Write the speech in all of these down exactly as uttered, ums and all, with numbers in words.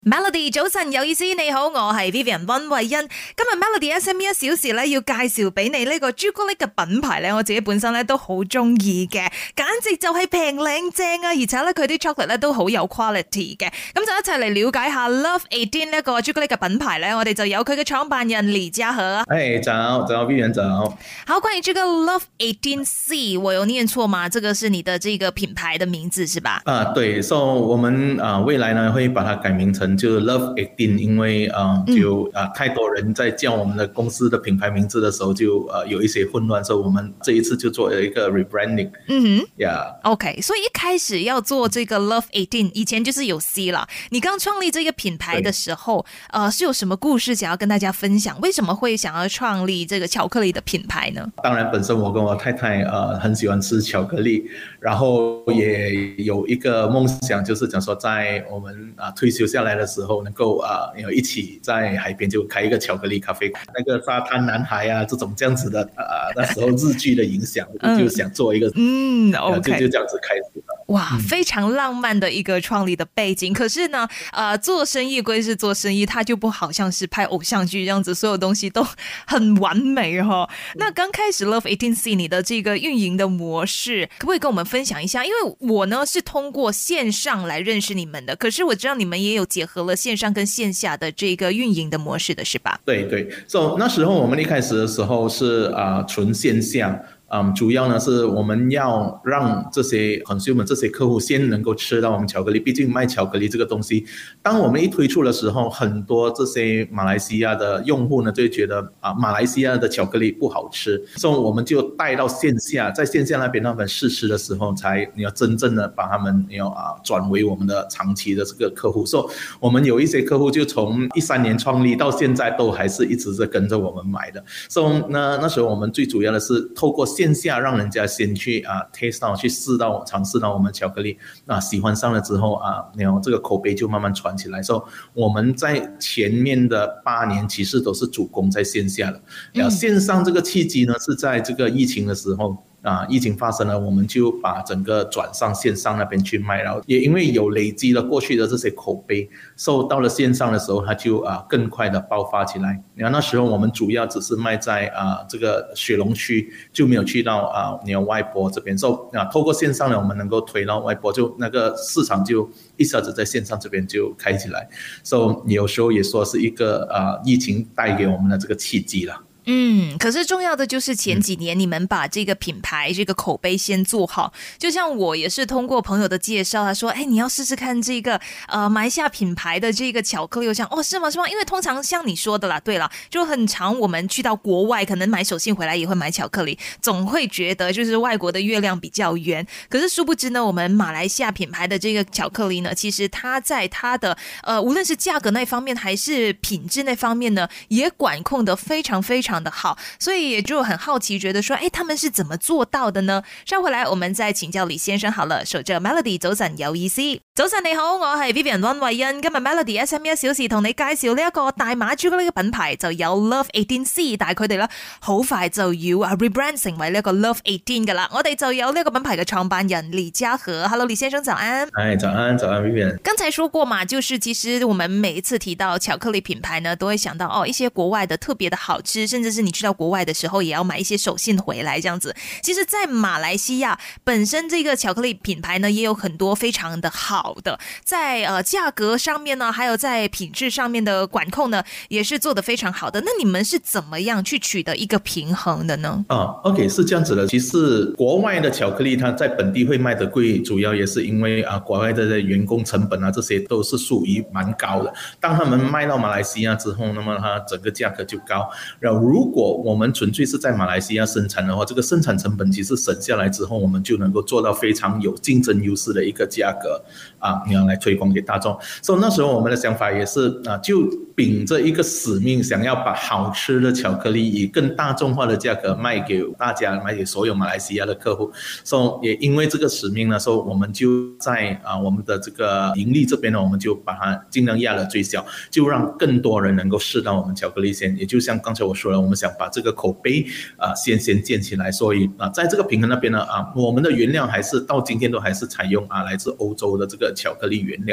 Melody 早晨有意思，你好，我係 Vivian 溫慧欣。今日 Melody S M E 一小時咧，要介紹俾你呢個朱古力嘅品牌咧，我自己本身咧都好中意嘅，簡直就係平靚正啊！而且咧佢啲 chocolate 咧都好有 quality 嘅。咁就一齊嚟了解下 Love 十八呢個朱古力嘅品牌咧，我哋就有佢嘅創辦人李家和。 哎，早早 Vivian 早。 好，關於這個 Love 十八 C， 我有念錯嗎？這個是你的這個品牌的名字是吧？ 啊，對，所、so, 以我們啊未來呢會把它改名成就 Love 十八，因為啊就啊太多人在叫我們的公司的品牌名字的時候就啊有一些混亂，所以我們這一次就做了一個 rebranding。嗯哼 ，Yeah。OK， 所以一開始要做這個 Love 十八，以前就是有 C 啦。你剛創立這個品牌的時候，呃，是有什麼故事想要跟大家分享？為什麼會想要創立這個巧克力的品牌呢？ 當然，本身我跟我太太呃很喜歡吃巧克力，然後也有一個夢想，就是講說在我們啊退休下來的時候，能夠啊有一起在海邊就開一個巧克力咖啡，那個沙灘男孩啊這種這樣子的啊，那時候日劇的影響，我就想做一個嗯，嗯 ，OK， 就就這樣子開始了。 哇，非常浪漫的一個創立的背景。可是呢，呃，做生意歸是做生意，它就不好像是拍偶像劇這樣子，所有東西都很完美哈。那剛開始 Love 十八 C 你的這個運營的模式，可不可以跟我們分享一下？因為我呢是通過線上來認識你們的，可是我知道你們也有結合了線上跟線下的這個運營的模式的，是吧？ 對對，所、so, 以那時候我們一開始的時候是啊、呃、純線下。嗯，主要呢是我們要讓這些 consumer 這些客戶先能夠吃到我們巧克力，畢竟賣巧克力這個東西，當我們一推出的時候，很多這些馬來西亞的用戶呢就會覺得啊，馬來西亞的巧克力不好吃，所以我們就帶到線下，在線下那邊讓他們試吃的時候，才你要真正的把他們要啊轉為我們的長期的這個客戶。所以我們有一些客戶就從一三年創立到現在都還是一直在跟着我們買的。所以那那時候我們最主要的是透過線下讓人家先去啊 taste 到，去試到嘗試到我們巧克力啊，喜歡上了之後啊，然後這個口碑就慢慢傳起來。所以我們在前面的八年其實都是主攻在線下的，然後線上這個契機呢是在這個疫情的時候。啊，疫情發生了，我們就把整個轉上線上那邊去賣，然後也因為有累積了過去的這些口碑，受到了線上的時候，它就啊更快的爆發起來。然後那時候我們主要只是賣在啊這個雪隆區，就沒有去到啊你外婆這邊，所以啊透過線上呢，我們能夠推到外婆，就那個市場就一下子在線上這邊就開起來。所以有時候也說是一個啊疫情帶給我們的這個契機了。 嗯，可是重要的就是前幾年你們把這個品牌、嗯、這個口碑先做好。就像我也是通過朋友的介紹，他說：“哎，你要試試看這個呃馬來西亞品牌的這個巧克力。”我想，哦，是嗎？是嗎？因為通常像你說的啦，對啦，就很常我們去到國外，可能買手信回來也會買巧克力，總會覺得就是外國的月亮比較圓。可是殊不知呢，我們馬來西亞品牌的這個巧克力呢，其實它在它的呃無論是價格那方面，還是品質那方面呢，也管控得非常非常的好，所以也就很好奇，覺得說，哎，他們是怎麼做到的呢？稍回來，我們再請教李先生好了。守着 Melody 早晨有意思，早晨你好，我係 Vivian 溫慧欣。今日 Melody S M E 一小時同你介紹呢一個大馬朱古力嘅品牌，就有 Love 十八 C， 但係佢哋咧好快就要啊 rebrand 成為呢一個 Love 十八噶啦。我哋就有呢個品牌嘅創辦人李家和。Hello，李先生早安。 哎，早安，早安 Vivian。 剛才說過嘛，就是其實我們每一次提到巧克力品牌呢，都會想到哦一些國外的特別的好吃，甚至是你去到國外的時候也要買一些手信回來這樣子。其實在馬來西亞本身這個巧克力品牌呢也有很多非常的好的，在呃價格上面呢還有在品質上面的管控呢也是做得非常好的。那你們是怎麼樣去取得一個平衡的呢？ 啊 OK 是這樣子的。其實國外的巧克力它在本地會賣得貴，主要也是因為啊國外的員工成本啊這些都是屬於蠻高的。當他們賣到馬來西亞之後，那麼它整個價格就高。然後如果我們純粹是在馬來西亞生產的話，這個生產成本其實省下來之後，我們就能夠做到非常有競爭優勢的一個價格啊，你要來推廣給大眾。所以那時候我們的想法也是啊，就秉着一個使命，想要把好吃的巧克力以更大眾化的價格賣給大家，賣給所有馬來西亞的客戶。所以也因為這個使命呢，所以我們就在啊我們的這個盈利這邊呢，我們就把它盡量壓到最小，就讓更多人能夠試到我們巧克力先。也就像剛才我說了，我們想把這個口碑啊先先建起來，所以啊在這個平衡那邊呢啊，我們的原料還是到今天都還是採用啊來自歐洲的這個巧克力原料。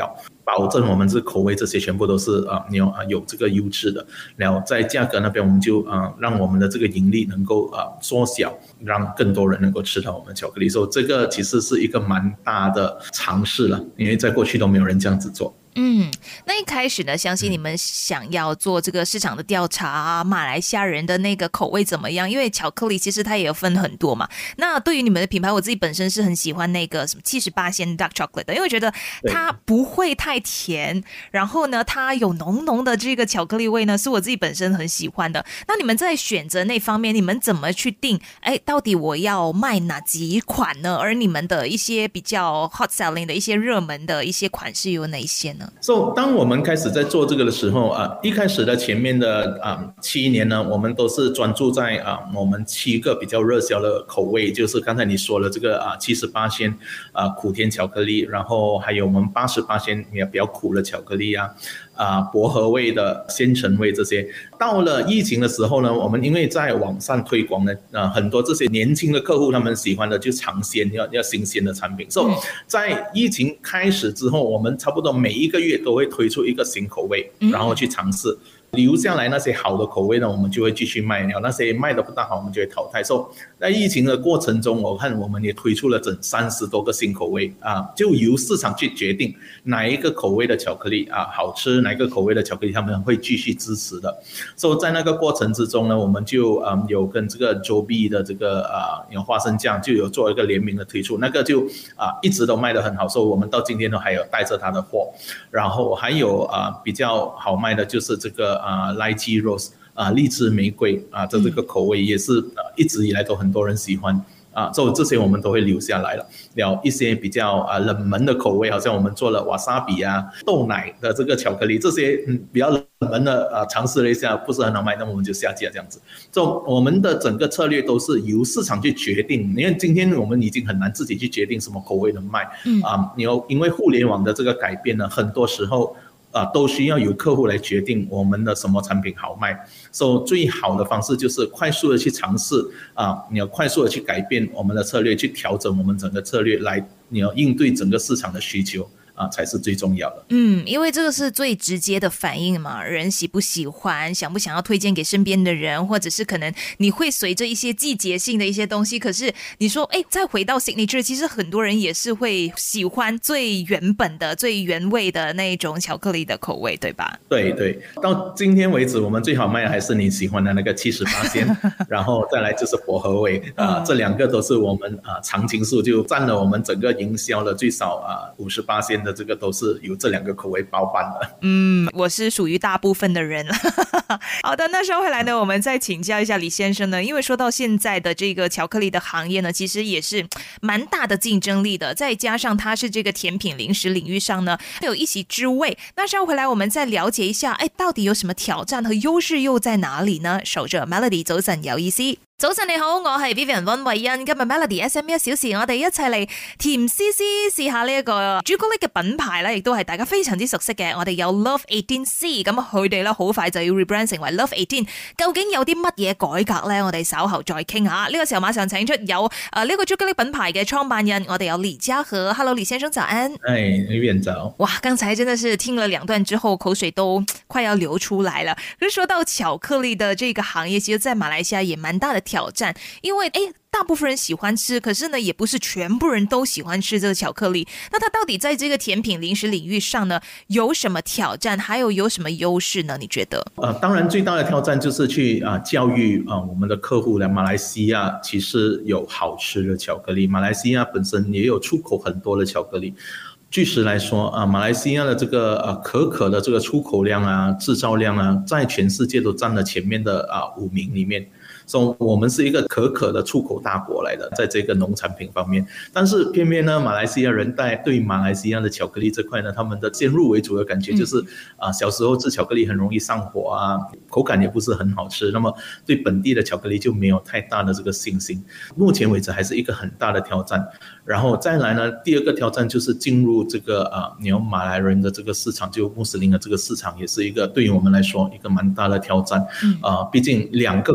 保证我们这口味这些全部都是啊，你有啊有这个优质的，然后在价格那边我们就啊让我们的这个盈利能够啊缩小，让更多人能够吃到我们巧克力，所以这个其实是一个蛮大的尝试了，因为在过去都没有人这样子做。 嗯，那一开始呢，相信你们想要做这个市场的调查啊，马来西亚人的那个口味怎么样？因为巧克力其实它也有分很多嘛。那对于你们的品牌，我自己本身是很喜欢那个什么七十八仙 dark chocolate 的，因为我觉得它不会太甜，然后呢，它有浓浓的这个巧克力味呢，是我自己本身很喜欢的。那你们在选择那方面，你们怎么去定？哎，到底我要卖哪几款呢？而你们的一些比较 hot selling 的一些热门的一些款式有哪一些呢？ So, 当我们开始在做这个的时候啊，一开始的前面的啊七年呢，我们都是专注在啊我们七个比较热销的口味，就是刚才你说了这个啊七十八仙啊苦甜巧克力，然后还有我们八十八仙也比较苦的巧克力啊。啊，薄荷味的、鲜橙味这些，到了疫情的时候呢，我们因为在网上推广呢，呃，很多这些年轻的客户他们喜欢的就尝鲜，要要新鲜的产品。所以，在疫情开始之后，我们差不多每一个月都会推出一个新口味，然后去尝试。留下来那些好的口味呢，我们就会继续卖了；那些卖的不大好，我们就会淘汰。所以在疫情的过程中，我看我们也推出了整三十多个新口味啊，就由市场去决定哪一个口味的巧克力啊好吃，哪一个口味的巧克力他们会继续支持的。所以在那个过程之中呢，我们就嗯有跟这个 Joby 的这个啊有花生酱就有做一个联名的推出，那个就啊一直都卖得很好，所以我们到今天都还有带着它的货。然后还有啊比较好卖的就是这个。啊，莱基 rose 啊，荔枝玫瑰啊，这这个口味也是、呃、一直以来都很多人喜欢啊，所以这些我们都会留下来了。了一些比较啊冷门的口味，好像我们做了瓦萨比啊、豆奶的这个巧克力，这些嗯比较冷门的啊尝试了一下，不是很好卖，那么我们就下架这样子。所以我们的整个策略都是由市场去决定，因为今天我们已经很难自己去决定什么口味能卖，嗯啊，你有因为互联网的这个改变呢，很多时候。啊，都需要由客户来决定我们的什么产品好卖，所以最好的方式就是快速的去尝试啊，你要快速的去改变我们的策略，去调整我们整个策略来，你要应对整个市场的需求。啊，才是最重要的。 嗯，因为这个是最直接的反应嘛，人喜不喜欢，想不想要推荐给身边的人，或者是可能你会随着一些季节性的一些东西。可是你说，哎，再回到 signature， 其实很多人也是会喜欢最原本的、最原味的那种巧克力的口味，对吧？ 对对，到今天为止，我们最好卖的还是你喜欢的那个七十八仙，然后再来就是薄荷味啊、呃，这两个都是我们啊、呃、常青树就占了我们整个营销的最少啊五十八仙。的这个都是由这两个口味包办的。 嗯，我是属于大部分的人。好的，那稍回来呢，我们再请教一下李先生呢，因为说到现在的这个巧克力的行业呢，其实也是蛮大的竞争力的，再加上它是这个甜品零食领域上呢，还有一席之位。那稍回来我们再了解一下，哎，到底有什么挑战和优势又在哪里呢？守着 Melody 早晨有意思。早晨你好，我係 Vivian 溫慧欣。今日 Melody S M E 一小時，我哋一齊嚟甜絲絲試下呢一個朱古力嘅品牌咧，亦都係大家非常之熟悉嘅。我哋有 Love 十八 C， 咁佢哋咧好快就要 rebrand 成為 Love 十八。究竟有啲乜嘢改革咧？我哋稍後再傾下。呢、這個時候馬上請出有誒呢、呃這個朱古力品牌嘅創辦人，我哋有李家和。Hello， 李先生早安。 哎 ，Vivian 早。 哇，剛才真的是聽了兩段之後，口水都快要流出來了。可是說到巧克力的這個行業，其實在馬來西亞也蠻大的挑戰。因為誒，大部分人喜歡吃，可是呢，也不是全部人都喜歡吃這個巧克力。那它到底在這個甜品零食領域上呢，有什麼挑戰，還有有什麼優勢呢？你覺得？ 呃，當然最大的挑戰就是去啊、呃、教育啊、呃、我們的客戶來馬來西亞其實有好吃的巧克力，馬來西亞本身也有出口很多的巧克力。據實來說啊，馬來西亞的這個呃可可的這個出口量啊、製造量啊，在全世界都佔了前面的啊五名裡面。所以我們是一個可可的出口大國來的，在這個農產品方面，但是偏偏呢，馬來西亞人在對馬來西亞的巧克力這塊呢，他們的先入為主的感覺就是，啊、呃，小時候吃巧克力很容易上火啊，口感也不是很好吃，那麼對本地的巧克力就沒有太大的這個信心。目前為止還是一個很大的挑戰。然後再來呢，第二個挑戰就是進入這個啊，你有馬來人的這個市場，就穆斯林的這個市場，也是一個對於我們來說一個蠻大的挑戰。啊、呃，畢竟兩個口味不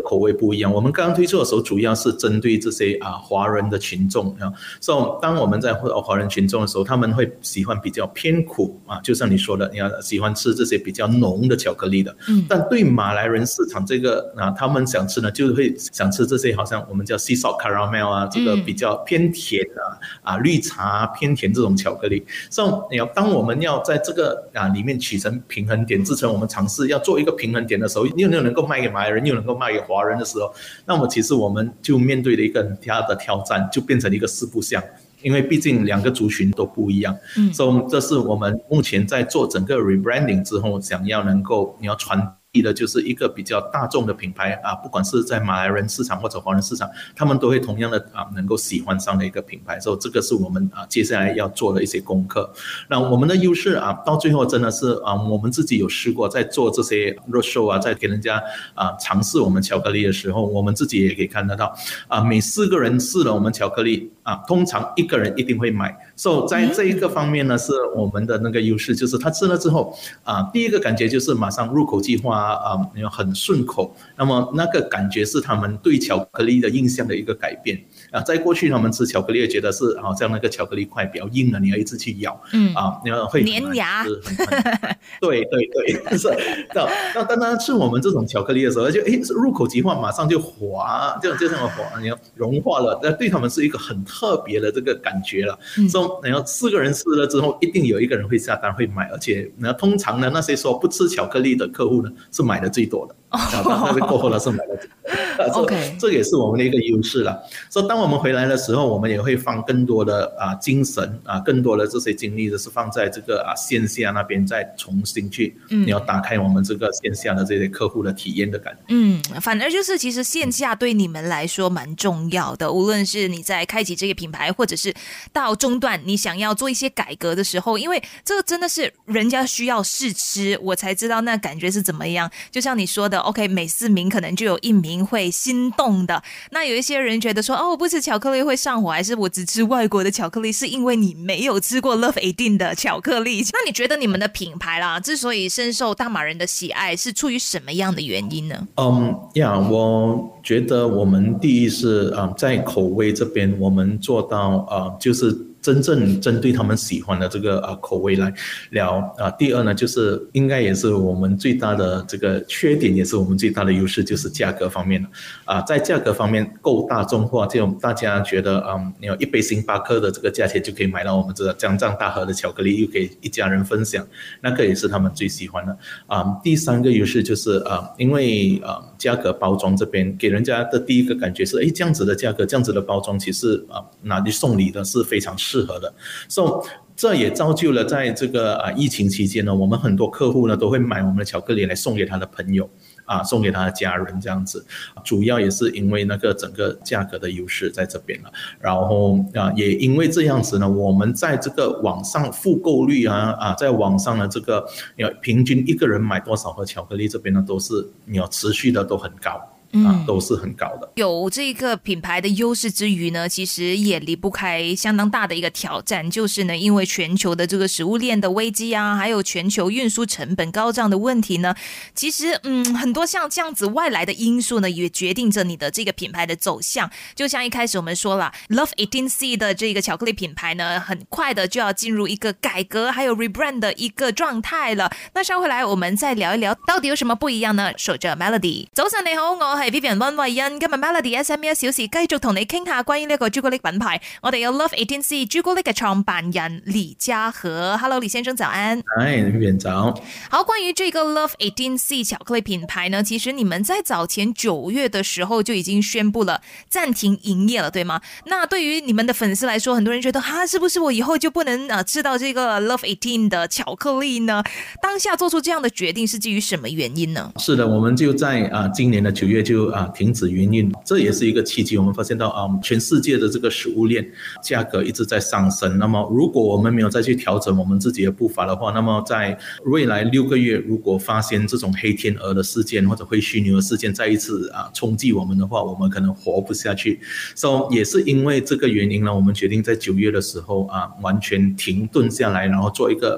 不一样。我们刚刚推出的时候，主要是针对这些啊华人的群众啊，所以当我们在华人群众的时候，他们会喜欢比较偏苦啊，就像你说的，你要喜欢吃这些比较浓的巧克力的。嗯，但对马来人市场这个啊，他们想吃呢，就会想吃这些好像我们叫 sea salt caramel 啊，这个比较偏甜啊、嗯、啊绿茶偏甜这种巧克力。所以你要当我们要在这个啊里面取成平衡点，制成我们尝试要做一个平衡点的时候，又能够卖给马来人，又能够卖给华人的时候，那么其实我们就面对了一个很大的挑战，就变成一个四不像。因为毕竟两个族群都不一样，嗯，所以这是我们目前在做整个 rebranding 之后，想要能够你要传递的就是一个比较大众的品牌啊，不管是在马来人市场或者华人市场，他们都会同样的啊能够喜欢上的一个品牌，所以这个是我们啊接下来要做的一些功课。那我们的优势啊，到最后真的是啊，我们自己有试过在做这些 roadshow 啊，在给人家啊尝试我们巧克力的时候，我们自己也可以看得到啊，每四个人试了我们巧克力啊，通常一个人一定会买。所以在这一个方面呢，是我们的那个优势，就是他吃了之后啊，第一个感觉就是马上入口即化啊，很顺口。那么那个感觉是他们对巧克力的印象的一个改变啊。在过去他们吃巧克力觉得是好像那个巧克力块比较硬了，你要一直去咬，嗯啊，你要会粘牙。 对对对，是。那那当他吃我们这种巧克力的时候，就诶入口即化，马上就滑，就就这么滑，你要融化了。那对他们是一个很特别的这个感觉了。嗯，所以然后四个人试了之后，一定有一个人会下单会买，而且呢，通常呢那些说不吃巧克力的客户呢，是买的最多的。啊，那是过后了是买的最多。 OK， 这也是我们的一个优势了。所以当我们回来的时候，我们也会放更多的啊精神啊，更多的这些精力，就是放在这个啊线下那边，再重新去，嗯，你要打开我们这个线下的这些客户的体验的感觉。 嗯，反而就是其实线下对你们来说蛮重要的，无论是你在开启这个品牌，或者是到中段你想要做一些改革的时候，因为这个真的是人家需要试吃，我才知道那感觉是怎么样。就像你说的 OK， 每四名可能就有一名会心动的，那有一些人觉得说哦，我不吃巧克力会上火，还是我只吃外国的巧克力，是因为你没有吃过 Love 十八的巧克力。那你觉得你们的品牌啦，之所以深受大马人的喜爱，是出于什么样的原因呢？ 嗯呀，我觉得我们第一是啊、呃，在口味这边我们做到呃，就是真正针对他们喜欢的这个呃口味来聊啊、呃。第二呢，就是应该也是我们最大的这个缺点，也是我们最大的优势，就是价格方面啊、呃，在价格方面够大众化，这种大家觉得嗯，你有一杯星巴克的这个价钱就可以买到我们这个这样这样大盒的巧克力，又可以一家人分享，那个也是他们最喜欢的啊、呃。第三个优势就是呃，因为呃价格包装这边给人家的第一个感觉是，哎，这样子的价格，这样子的包装，其实啊、呃、拿去送礼的是非常适合的，所以这也造就了在这个啊疫情期间呢，我们很多客户呢都会买我们的巧克力来送给他的朋友啊，送给他的家人这样子，主要也是因为那个整个价格的优势在这边了，然后啊也因为这样子呢，我们在这个网上复购率啊啊，在网上的这个要平均一个人买多少盒巧克力这边呢，都是你要持续的都很高。啊，都是很高的。 有这个品牌的优势之余呢，其实也离不开相当大的一个挑战，就是呢，因为全球的这个食物链的危机啊，还有全球运输成本高涨的问题呢，其实嗯，很多像这样子外来的因素呢，也决定着你的这个品牌的走向。就像一开始我们说了 ，Love 十八 C 的这个巧克力品牌呢，很快的就要进入一个改革还有 rebrand 的一个状态了。那稍回来我们再聊一聊，到底有什么不一样呢？守着 Melody， 早晨你好，我係 Vivian 溫慧欣，今日 Melody S M E 一小時繼續同你傾下關於呢個朱古力品牌，我哋有 Love 十八 C 朱古力嘅創辦人李家和 ，Hello 李先生早安。 嗨，Vivian早。 好，關於這個 Love 十八 C 巧克力品牌呢，其實你們在早前九月的時候就已經宣布了暫停營業了，對嗎？那對於你們的粉絲來說，很多人覺得哈，是不是我以後就不能啊吃到這個 Love 十八的巧克力呢？當下做出這樣的決定是基於什麼原因呢？ 是的，我們就在啊今年的九月就啊停止營運，這也是一個契機。我們發現到啊，全世界的這個食物鏈價格一直在上升。那麼如果我們沒有再去調整我們自己的步伐的話，那麼在未來六個月，如果發現這種黑天鵝的事件或者灰犀牛的事件再一次啊衝擊我們的話，我們可能活不下去。所以也是因為這個原因呢，我們決定在九月的時候啊完全停頓下來，然後做一個啊。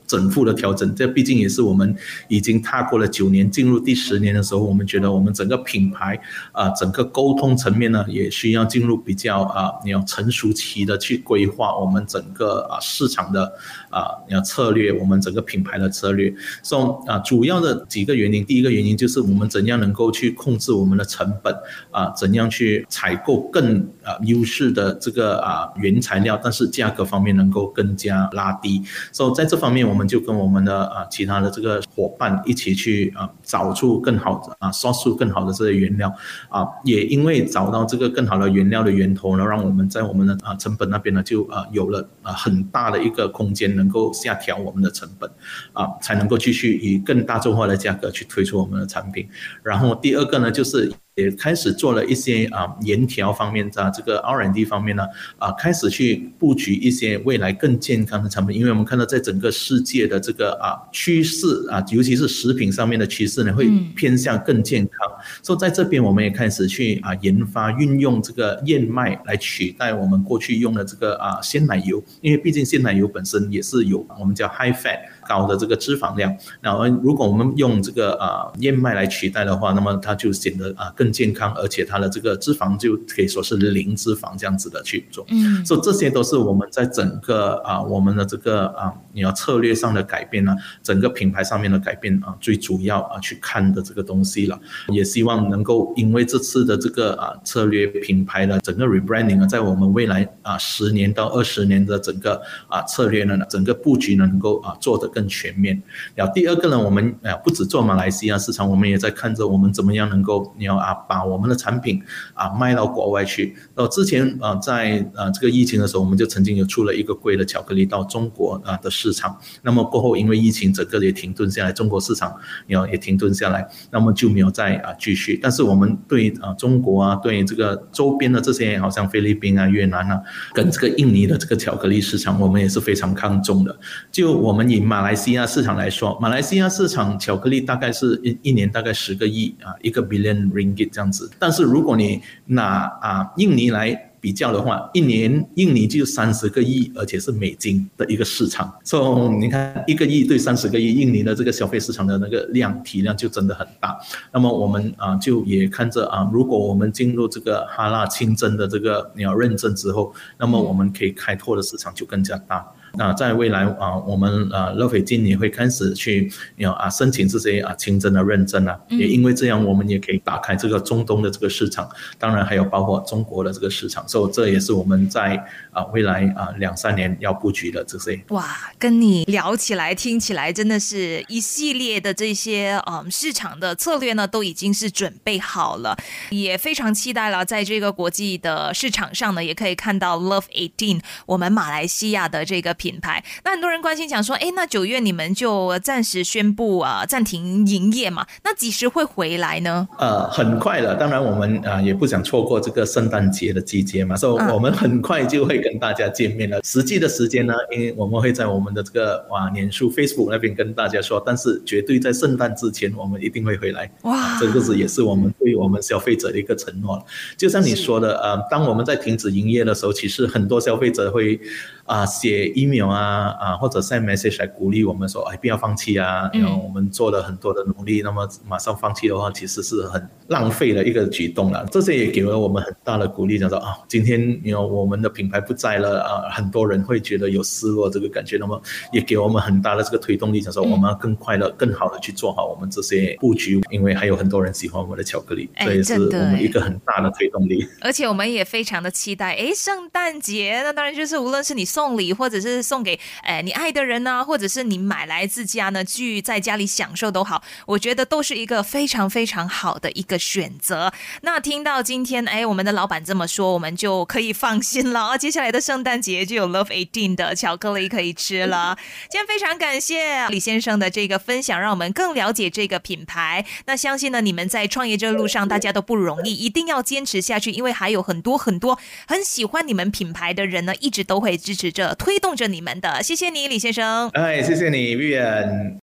整副的调整，这毕竟也是我们已经踏过了九年，进入第十年的时候，我们觉得我们整个品牌啊、呃，整个沟通层面呢，也需要进入比较啊，你、呃、要成熟期的去规划我们整个啊、呃、市场的啊你要策略，我们整个品牌的策略。所以啊，主要的几个原因，第一个原因就是我们怎样能够去控制我们的成本啊，怎样去采购更啊优势的这个啊原材料，但是价格方面能够更加拉低。所以在这方面，我们就跟我们的啊其他的这个伙伴一起去啊找出更好的啊 source 出更好的这些原料啊，也因为找到这个更好的原料的源头呢，让我们在我们的啊成本那边呢就啊有了啊很大的一个空间，能够下调我们的成本啊，才能够继续以更大众化的价格去推出我们的产品。然后第二个呢，就是也开始做了一些啊研调方面的这个 R and D 方面呢啊，开始去布局一些未来更健康的产品，因为我们看到在整个世界的这个啊趋势啊，尤其是食品上面的趋势呢，会偏向更健康。嗯、所以在这边我们也开始去啊研发运用这个燕麦来取代我们过去用的这个啊鲜奶油，因为毕竟鲜奶油本身也是有我们叫 high fat 高的这个脂肪量，那如果我们用这个啊燕麦来取代的话，那么它就显得啊更健康，而且它的这个脂肪就可以说是零脂肪这样子的去做。嗯，所以这些都是我们在整个啊我们的这个啊你要策略上的改变呢、啊，整个品牌上面的改变啊，最主要啊去看的这个东西了。也希望能够因为这次的这个啊策略品牌的整个 rebranding 啊，在我们未来啊十年到二十年的整个啊策略呢，整个布局呢能够啊做得更全面。然后第二个呢，我们啊不只做马来西亚市场，我们也在看着我们怎么样能够你要啊把我们的产品啊卖到国外去。然后之前啊在啊这个疫情的时候，我们就曾经有出了一个贵的巧克力到中国啊的市场。那么过后因为疫情整个也停顿下来，中国市场也停顿下来，那么就没有再啊继续。但是我们对啊中国啊，对这个周边的这些好像菲律宾啊、越南啊，跟这个印尼的这个巧克力市场，我们也是非常看重的。就我们以马来西亚市场来说，马来西亚市场巧克力大概是一一年大概十个亿啊，一个 billion ringgit 这样子。但是如果你拿啊印尼来比较的话，一年印尼就三十个亿，而且是美金的一个市场。所以你看，一个亿对三十个亿，印尼的这个消费市场的那个量体量就真的很大。那么我们啊就也看着啊，如果我们进入这个哈拉清真的这个你要认证之后，那么我们可以开拓的市场就更加大。那在未来啊，我们啊乐斐金也会开始去啊申请这些啊清真的认证啊，也因为这样，我们也可以打开这个中东的这个市场，当然还有包括中国的这个市场，所以这也是我们在啊未来啊两三年要布局的这些。 哇，跟你聊起来听起来真的是一系列的这些嗯市场的策略呢，都已经是准备好了，也非常期待了，在这个国际的市场上呢，也可以看到 Love 十八 我们马来西亚的这个品牌。那很多人关心讲说，哎，那九月你们就暂时宣布啊暂停营业嘛？那几时会回来呢？ 呃，很快了。当然我们啊、呃、也不想错过这个圣诞节的季节嘛，所以我们很快就会跟大家见面了。实际的时间呢，因为我们会在我们的这个哇脸书 Facebook 那边跟大家说，但是绝对在圣诞之前我们一定会回来。哇，啊、这个是也是我们对我们消费者的一个承诺。就像你说的，呃，当我们在停止营业的时候，其实很多消费者会啊、呃、写 email 啊。啊，或者 send message 来鼓励我们说，哎，不要放弃啊！然后我们做了很多的努力，那么马上放弃的话，其实是很浪费的一个举动了。这些也给了我们很大的鼓励，讲说啊，今天有我们的品牌不在了啊，很多人会觉得有失落这个感觉，那么也给我们很大的这个推动力，讲说我们要更快乐、更好的去做好我们这些布局，因为还有很多人喜欢我们的巧克力，这也是我们一个很大的推动力。 而且我们也非常的期待，哎，圣诞节那当然就是无论是你送礼，或者是送给哎你爱的人啊，或者是你买来自家呢，去在家里享受都好，我觉得都是一个非常非常好的一个选择。那听到今天哎我们的老板这么说，我们就可以放心了啊，接下来的圣诞节就有 Love 十八 的巧克力可以吃了。今天非常感谢李先生的这个分享，让我们更了解这个品牌。那相信呢，你们在创业这路上大家都不容易，一定要坚持下去，因为还有很多很多很喜欢你们品牌的人呢，一直都会支持着推动着你们的。谢谢你李先生。 哎，谢谢你 Vivian。